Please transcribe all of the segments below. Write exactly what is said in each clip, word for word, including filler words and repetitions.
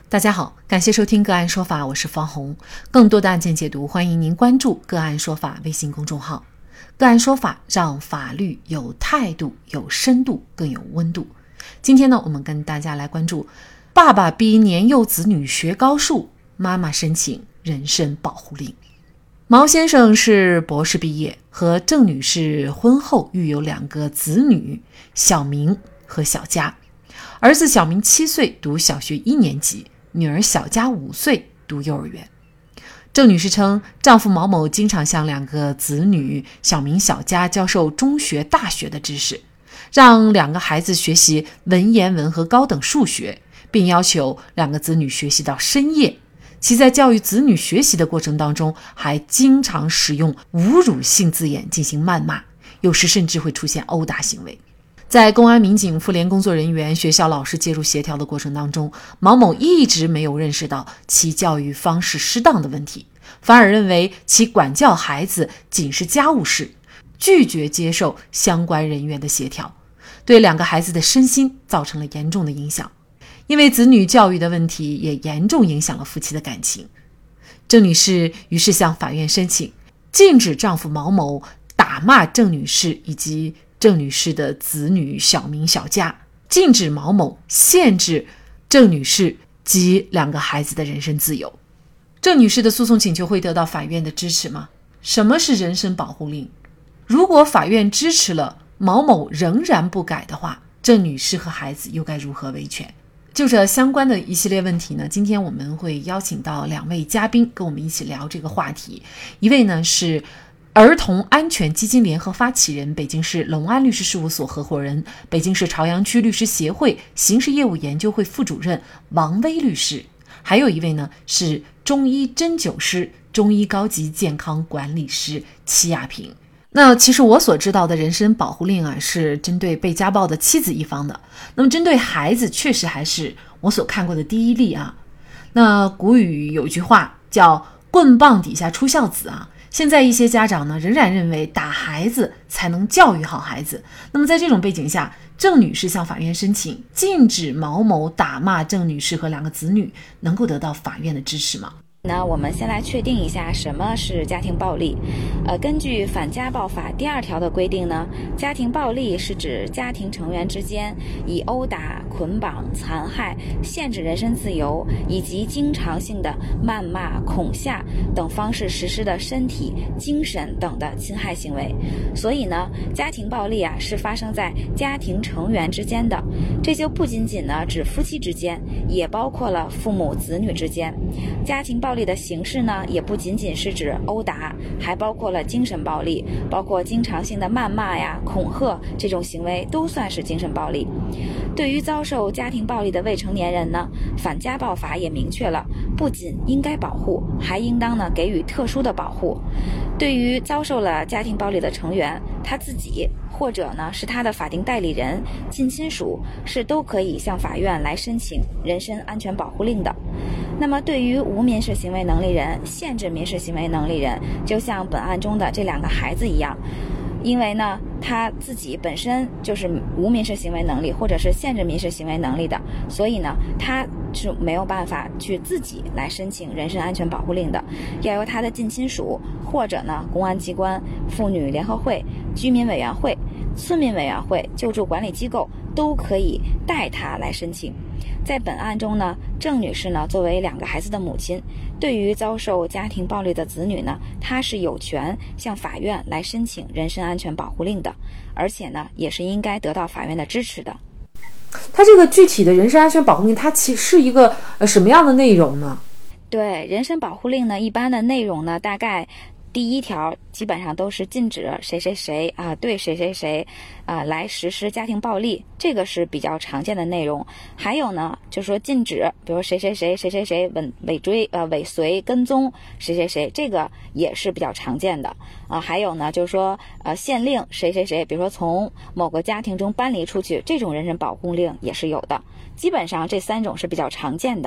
大家好，感谢收听个案说法，我是方红。更多的案件解读，欢迎您关注个案说法微信公众号。个案说法让法律有态度、有深度、更有温度。今天呢，我们跟大家来关注爸爸逼年幼子女学高数，妈妈申请人身保护令。毛先生是博士毕业，和郑女士婚后育有两个子女，小明和小佳。儿子小明七岁，读小学一年级，女儿小佳五岁，读幼儿园。郑女士称，丈夫毛某经常向两个子女小明、小佳教授中学、大学的知识，让两个孩子学习文言文和高等数学，并要求两个子女学习到深夜。其在教育子女学习的过程当中，还经常使用侮辱性字眼进行谩骂，有时甚至会出现殴打行为。在公安民警、妇联工作人员、学校老师介入协调的过程当中，毛某一直没有认识到其教育方式失当的问题，反而认为其管教孩子仅是家务事，拒绝接受相关人员的协调，对两个孩子的身心造成了严重的影响。因为子女教育的问题，也严重影响了夫妻的感情。郑女士于是向法院申请，禁止丈夫毛某打骂郑女士以及郑女士的子女小明、小佳，禁止毛某限制郑女士及两个孩子的人身自由。郑女士的诉讼请求会得到法院的支持吗？什么是人身保护令？如果法院支持了，毛某仍然不改的话，郑女士和孩子又该如何维权？就这相关的一系列问题呢，今天我们会邀请到两位嘉宾跟我们一起聊这个话题。一位呢是儿童安全基金联合发起人，北京市隆安律师事务所合伙人，北京市朝阳区律师协会刑事业务研究会副主任王威律师。还有一位呢是中医针灸师、中医高级健康管理师戚亚平。那其实我所知道的人身保护令啊，是针对被家暴的妻子一方的。那么针对孩子，确实还是我所看过的第一例啊。那古语有句话叫棍棒底下出孝子啊。现在一些家长呢，仍然认为打孩子才能教育好孩子。那么在这种背景下，郑女士向法院申请禁止毛某打骂郑女士和两个子女，能够得到法院的支持吗？ 那我们先来确定一下什么是家庭暴力。呃，根据反家暴法第二条的规定呢，家庭暴力是指家庭成员之间以殴打、捆绑、残害、限制人身自由以及经常性的谩骂、恐吓等方式实施的身体、精神等的侵害行为。所以呢，家庭暴力啊是发生在家庭成员之间的，这就不仅仅呢指夫妻之间，也包括了父母子女之间。家庭暴力的形式呢，也不仅仅是指殴打，还包括了精神暴力，包括经常性的谩骂呀、恐吓这种行为都算是精神暴力。对于遭受家庭暴力的未成年人呢，反家暴法也明确了，不仅应该保护，还应当呢给予特殊的保护。对于遭受了家庭暴力的成员，他自己或者呢是他的法定代理人、近亲属，是都可以向法院来申请人身安全保护令的。那么对于无民事行为能力人、限制民事行为能力人，就像本案中的这两个孩子一样，因为呢他自己本身就是无民事行为能力或者是限制民事行为能力的，所以呢他是没有办法去自己来申请人身安全保护令的，要由他的近亲属或者呢公安机关、妇女联合会、居民委员会、村民委员会、救助管理机构都可以代他来申请。在本案中呢，郑女士呢作为两个孩子的母亲，对于遭受家庭暴力的子女呢，她是有权向法院来申请人身安全保护令的，而且呢也是应该得到法院的支持的。 它这个具体的人身安全保护令，它其实是一个呃什么样的内容呢？ 对，人身保护令呢，一般的内容呢，大概第一条基本上都是禁止谁谁谁啊对谁谁谁啊来实施家庭暴力，这个是比较常见的内容。还有呢，就是说禁止，比如谁谁谁谁谁谁尾尾追呃尾随跟踪谁谁谁，这个也是比较常见的啊。还有呢，就是说呃限令谁谁谁，比如说从某个家庭中搬离出去，这种人身保护令也是有的。基本上这三种是比较常见的。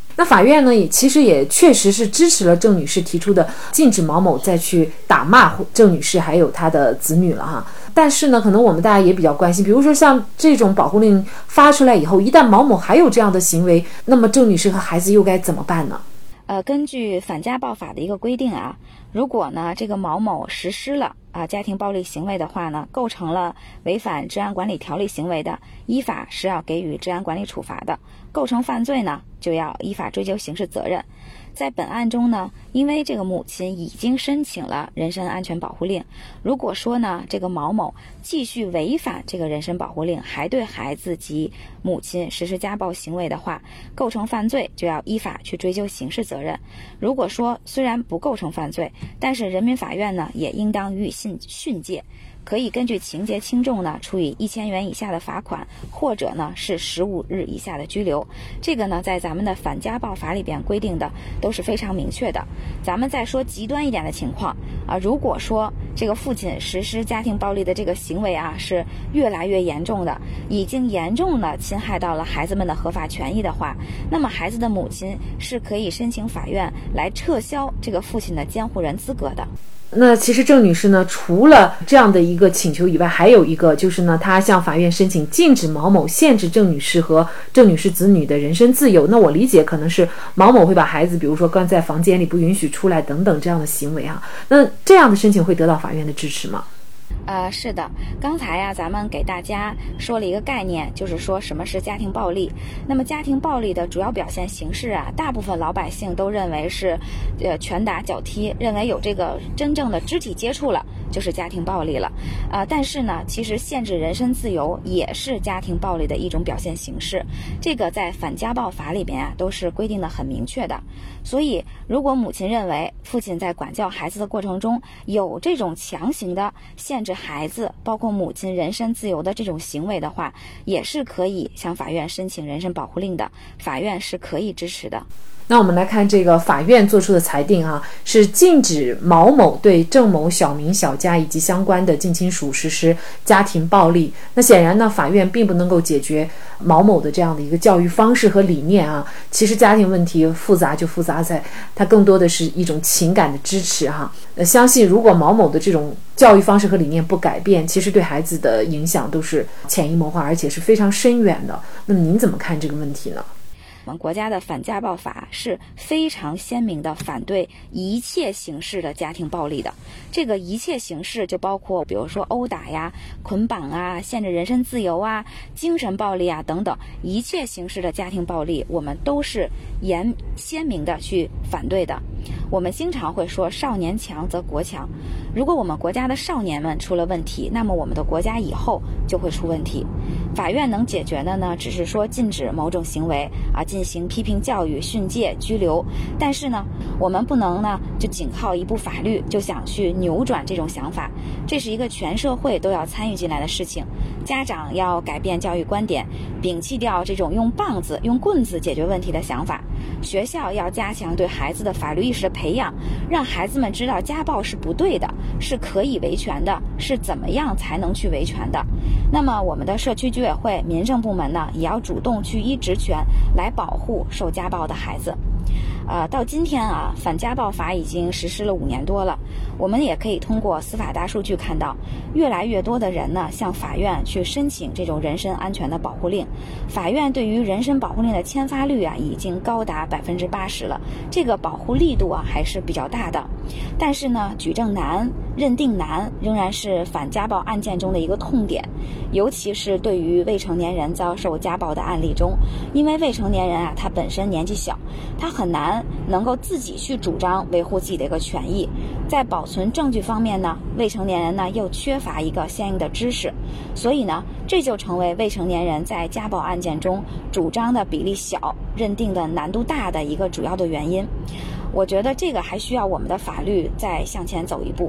那法院呢，也其实也确实是支持了郑女士提出的禁止毛某再去打骂郑女士还有她的子女了哈。但是呢，可能我们大家也比较关心，比如说像这种保护令发出来以后，一旦毛某还有这样的行为，那么郑女士和孩子又该怎么办呢？ 呃，根据反家暴法的一个规定啊，如果呢这个毛某实施了啊家庭暴力行为的话呢，构成了违反治安管理条例行为的，依法是要给予治安管理处罚的；构成犯罪呢，就要依法追究刑事责任。在本案中呢，因为这个母亲已经申请了人身安全保护令，如果说呢这个毛某继续违反这个人身保护令，还对孩子及母亲实施家暴行为的话，构成犯罪就要依法去追究刑事责任。如果说虽然不构成犯罪，但是人民法院呢也应当予以训训诫，可以根据情节轻重呢处以一千元以下的罚款，或者呢是十五日以下的拘留。这个呢在咱们的反家暴法里边规定的都是非常明确的。咱们再说极端一点的情况啊，如果说这个父亲实施家庭暴力的这个行为啊是越来越严重的，已经严重的侵害到了孩子们的合法权益的话，那么孩子的母亲是可以申请法院来撤销这个父亲的监护人资格的。 那其实郑女士呢，除了这样的一个请求以外，还有一个就是呢，她向法院申请禁止毛某限制郑女士和郑女士子女的人身自由。那我理解可能是毛某会把孩子比如说关在房间里不允许出来等等这样的行为啊，那这样的申请会得到法院的支持吗？ 呃，是的，刚才呀，咱们给大家说了一个概念，就是说什么是家庭暴力。那么家庭暴力的主要表现形式啊，大部分老百姓都认为是，呃，拳打脚踢，认为有这个真正的肢体接触了，就是家庭暴力了。呃，但是呢，其实限制人身自由也是家庭暴力的一种表现形式。这个在反家暴法里边啊，都是规定的很明确的。所以，如果母亲认为父亲在管教孩子的过程中有这种强行的限制孩子包括母亲人身自由的这种行为的话，也是可以向法院申请人身保护令的，法院是可以支持的。 那我们来看这个法院做出的裁定啊，是禁止毛某对郑某、小明、小佳以及相关的近亲属实施家庭暴力。那显然呢，法院并不能够解决毛某的这样的一个教育方式和理念啊。其实家庭问题复杂就复杂在它更多的是一种情感的支持哈。呃，相信如果毛某的这种教育方式和理念不改变，其实对孩子的影响都是潜移默化，而且是非常深远的。那么您怎么看这个问题呢？ 我们国家的反家暴法是非常鲜明的反对一切形式的家庭暴力的。这个一切形式就包括比如说殴打呀、捆绑啊、限制人身自由啊、精神暴力啊等等，一切形式的家庭暴力我们都是严鲜明的去反对的。我们经常会说少年强则国强，如果我们国家的少年们出了问题，那么我们的国家以后就会出问题。法院能解决的呢，只是说禁止某种行为啊，进行批评教育、训诫、拘留。但是呢，我们不能呢就仅靠一部法律就想去扭转这种想法，这是一个全社会都要参与进来的事情。家长要改变教育观点，摒弃掉这种用棒子、用棍子解决问题的想法。学校要加强对孩子的法律意识的培养，让孩子们知道家暴是不对的，是可以维权的，是怎么样才能去维权的。那么我们的社区居委会、民政部门呢，也要主动去依职权来保护受家暴的孩子。呃，到今天啊，反家暴法已经实施了五年多了，我们也可以通过司法大数据看到，越来越多的人呢向法院去申请这种人身安全的保护令。法院对于人身保护令的签发率啊，已经高达百分之八十了，这个保护力度啊还是比较大的。但是呢，举证难、认定难，仍然是反家暴案件中的一个痛点。尤其是对于未成年人遭受家暴的案例中，因为未成年人啊，他本身年纪小，他很难能够自己去主张维护自己的一个权益。在保存证据方面呢，未成年人呢又缺乏一个相应的知识，所以呢，这就成为未成年人在家暴案件中主张的比例小、认定的难度大的一个主要的原因。我觉得这个还需要我们的法律再向前走一步。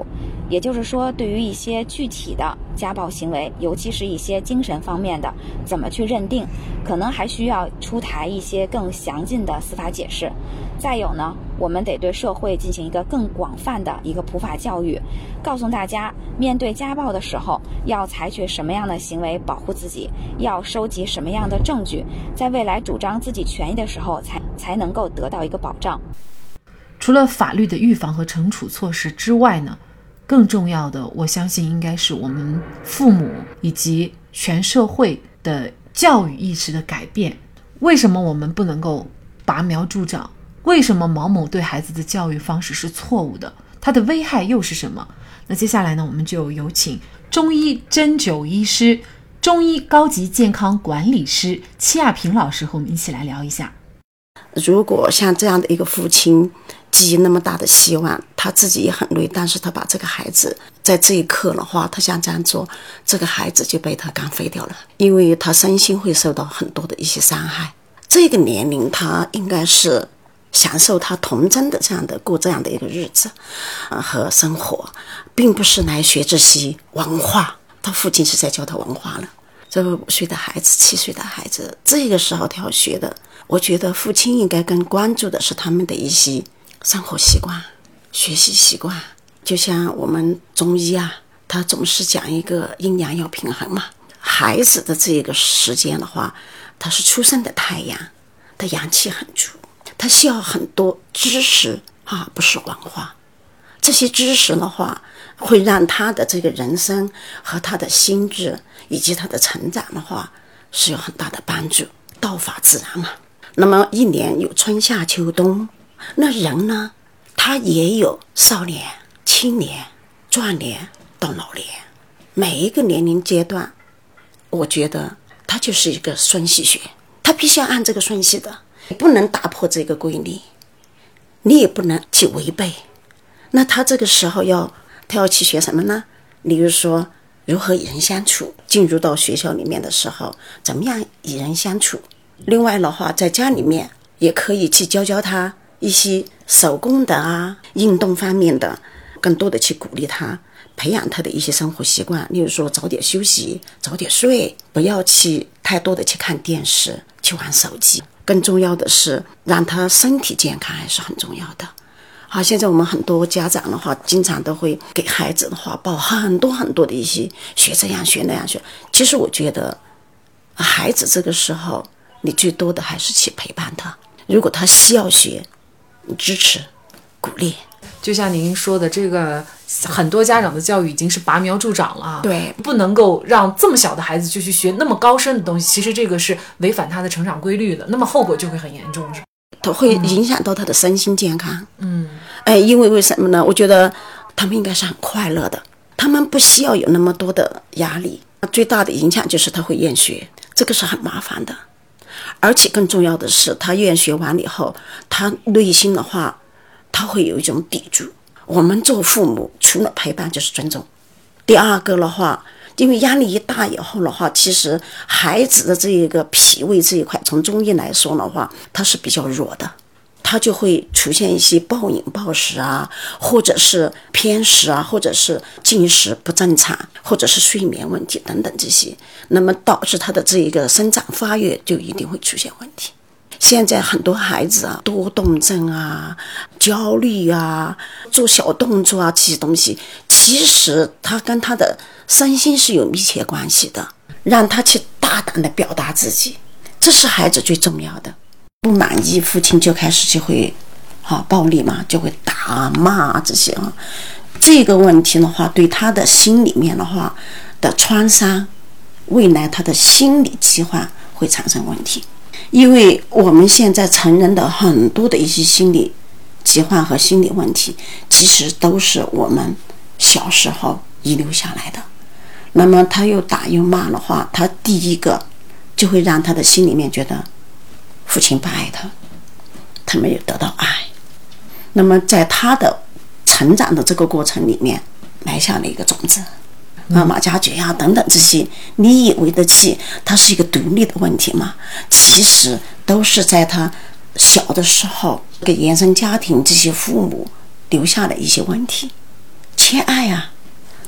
也就是说，对于一些具体的家暴行为，尤其是一些精神方面的，怎么去认定，可能还需要出台一些更详尽的司法解释。再有呢，我们得对社会进行一个更广泛的一个普法教育，告诉大家面对家暴的时候要采取什么样的行为保护自己，要收集什么样的证据，在未来主张自己权益的时候才才能够得到一个保障。 除了法律的预防和惩处措施之外呢，更重要的我相信应该是我们父母以及全社会的教育意识的改变。为什么我们不能够拔苗助长？为什么毛某对孩子的教育方式是错误的？它的危害又是什么？那接下来呢，我们就有请中医针灸医师、中医高级健康管理师戚亚平老师和我们一起来聊一下。 如果像这样的一个父亲寄予那么大的希望，他自己也很累，但是他把这个孩子在这一刻的话，他想这样做，这个孩子就被他干废掉了，因为他身心会受到很多的一些伤害。这个年龄他应该是享受他童真的这样的过这样的一个日子、呃、和生活，并不是来学这些文化。他父亲是在教他文化了。这个五岁的孩子、七岁的孩子，这个时候他要学的，我觉得父亲应该更关注的是他们的一些生活习惯、学习习惯。就像我们中医啊，他总是讲一个阴阳要平衡嘛。孩子的这个时间的话，他是出生的太阳，他阳气很足，他需要很多知识啊，不是文化。这些知识的话，会让他的这个人生和他的心智以及他的成长的话，是有很大的帮助。道法自然嘛。那么一年有春夏秋冬，那人呢，他也有少年、青年、壮年到老年，每一个年龄阶段，我觉得它就是一个顺序学，它必须要按这个顺序的，不能打破这个规律，你也不能去违背。那他这个时候要他要去学什么呢？比如说如何与人相处，进入到学校里面的时候怎么样与人相处。另外的话，在家里面也可以去教教他一些手工的啊、运动方面的，更多的去鼓励他，培养他的一些生活习惯。例如说早点休息，早点睡，不要去太多的去看电视，去玩手机。更重要的是让他身体健康还是很重要的。好，现在我们很多家长的话，经常都会给孩子的话报很多很多的一些学这样学那样学。其实我觉得孩子这个时候你最多的还是去陪伴他，如果他需要学，你支持鼓励。 就像您说的，这个很多家长的教育已经是拔苗助长了， 对， 不能够让这么小的孩子就去学那么高深的东西，其实这个是违反他的成长规律的，那么后果就会很严重，是吧？ 它会影响到他的身心健康。 嗯， 哎，因为为什么呢？我觉得他们应该是很快乐的，他们不需要有那么多的压力。最大的影响就是他会厌学，这个是很麻烦的。而且更重要的是，他厌学完了以后，他内心的话，他会有一种抵触。我们做父母，除了陪伴就是尊重。第二个的话，因为压力一大以后的话，其实孩子的这一个脾胃这一块，从中医来说的话，它是比较弱的，它就会出现一些暴饮暴食啊，或者是偏食啊，或者是进食不正常，或者是睡眠问题等等这些，那么导致他的这一个生长发育就一定会出现问题。现在很多孩子啊，多动症啊、焦虑啊、做小动作啊，这些东西其实他跟他的身心是有密切关系的。让他去大胆的表达自己，这是孩子最重要的。不满意父亲就开始就会啊暴力嘛，就会打骂这些啊。这个问题的话，对他的心里面的话的创伤，未来他的心理疾患会产生问题。因为我们现在成人的很多的一些心理疾患和心理问题，其实都是我们小时候遗留下来的。那么他又打又骂的话，他第一个就会让他的心里面觉得父亲不爱他，他没有得到爱。那么在他的成长的这个过程里面埋下了一个种子啊，马加爵啊等等这些，你以为的气它是一个独立的问题吗？其实都是在他小的时候给原生家庭这些父母留下的一些问题。缺爱啊，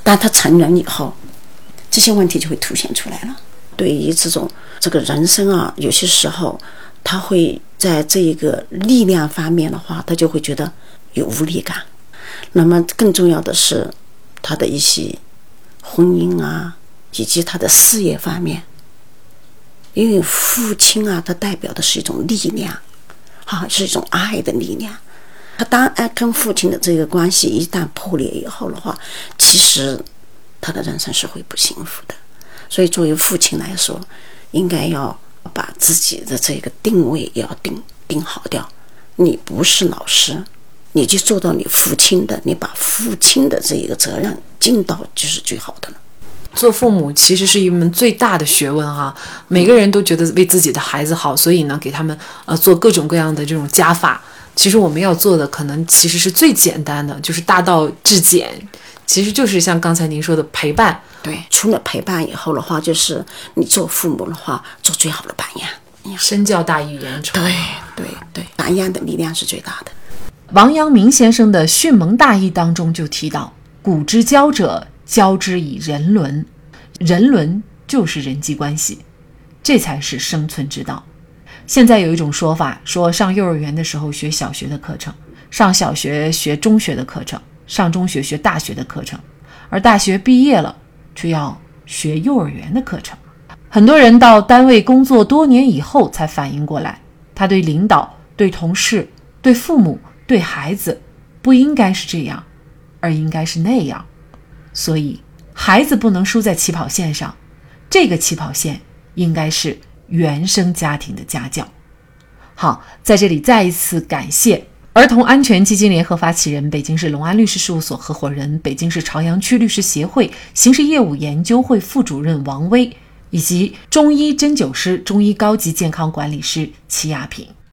但他成人以后，这些问题就会凸显出来了。对于这种这个人生啊，有些时候他会在这一个力量方面的话，他就会觉得有无力感。那么更重要的是他的一些婚姻啊，以及他的事业方面，因为父亲啊，他代表的是一种力量啊，是一种爱的力量。他当爱跟父亲的这个关系一旦破裂以后的话，其实他的人生是会不幸福的。所以作为父亲来说，应该要把自己的这个定位也要定定好掉。你不是老师，你就做到你父亲的，你把父亲的这一个责任尽到就是最好的了。 做父母其实是一门最大的学问哈，每个人都觉得为自己的孩子好，所以呢给他们呃做各种各样的这种加法。其实我们要做的可能其实是最简单的，就是大道至简，其实就是像刚才您说的陪伴。 对，除了陪伴以后的话，就是你做父母的话，做最好的榜样。 身教大于言传。 对对对，榜样的力量是最大的。 王阳明先生的《训蒙大义》当中就提到，古之教者，教之以人伦，人伦就是人际关系，这才是生存之道。现在有一种说法，说上幼儿园的时候学小学的课程，上小学学中学的课程，上中学学大学的课程，而大学毕业了却要学幼儿园的课程。很多人到单位工作多年以后才反应过来，他对领导、对同事、对父母、对孩子不应该是这样，而应该是那样。所以孩子不能输在起跑线上，这个起跑线应该是原生家庭的家教。好，在这里再一次感谢儿童安全基金联合发起人、北京市隆安律师事务所合伙人、北京市朝阳区律师协会刑事业务研究会副主任王威，以及中医针灸师、中医高级健康管理师齐亚平。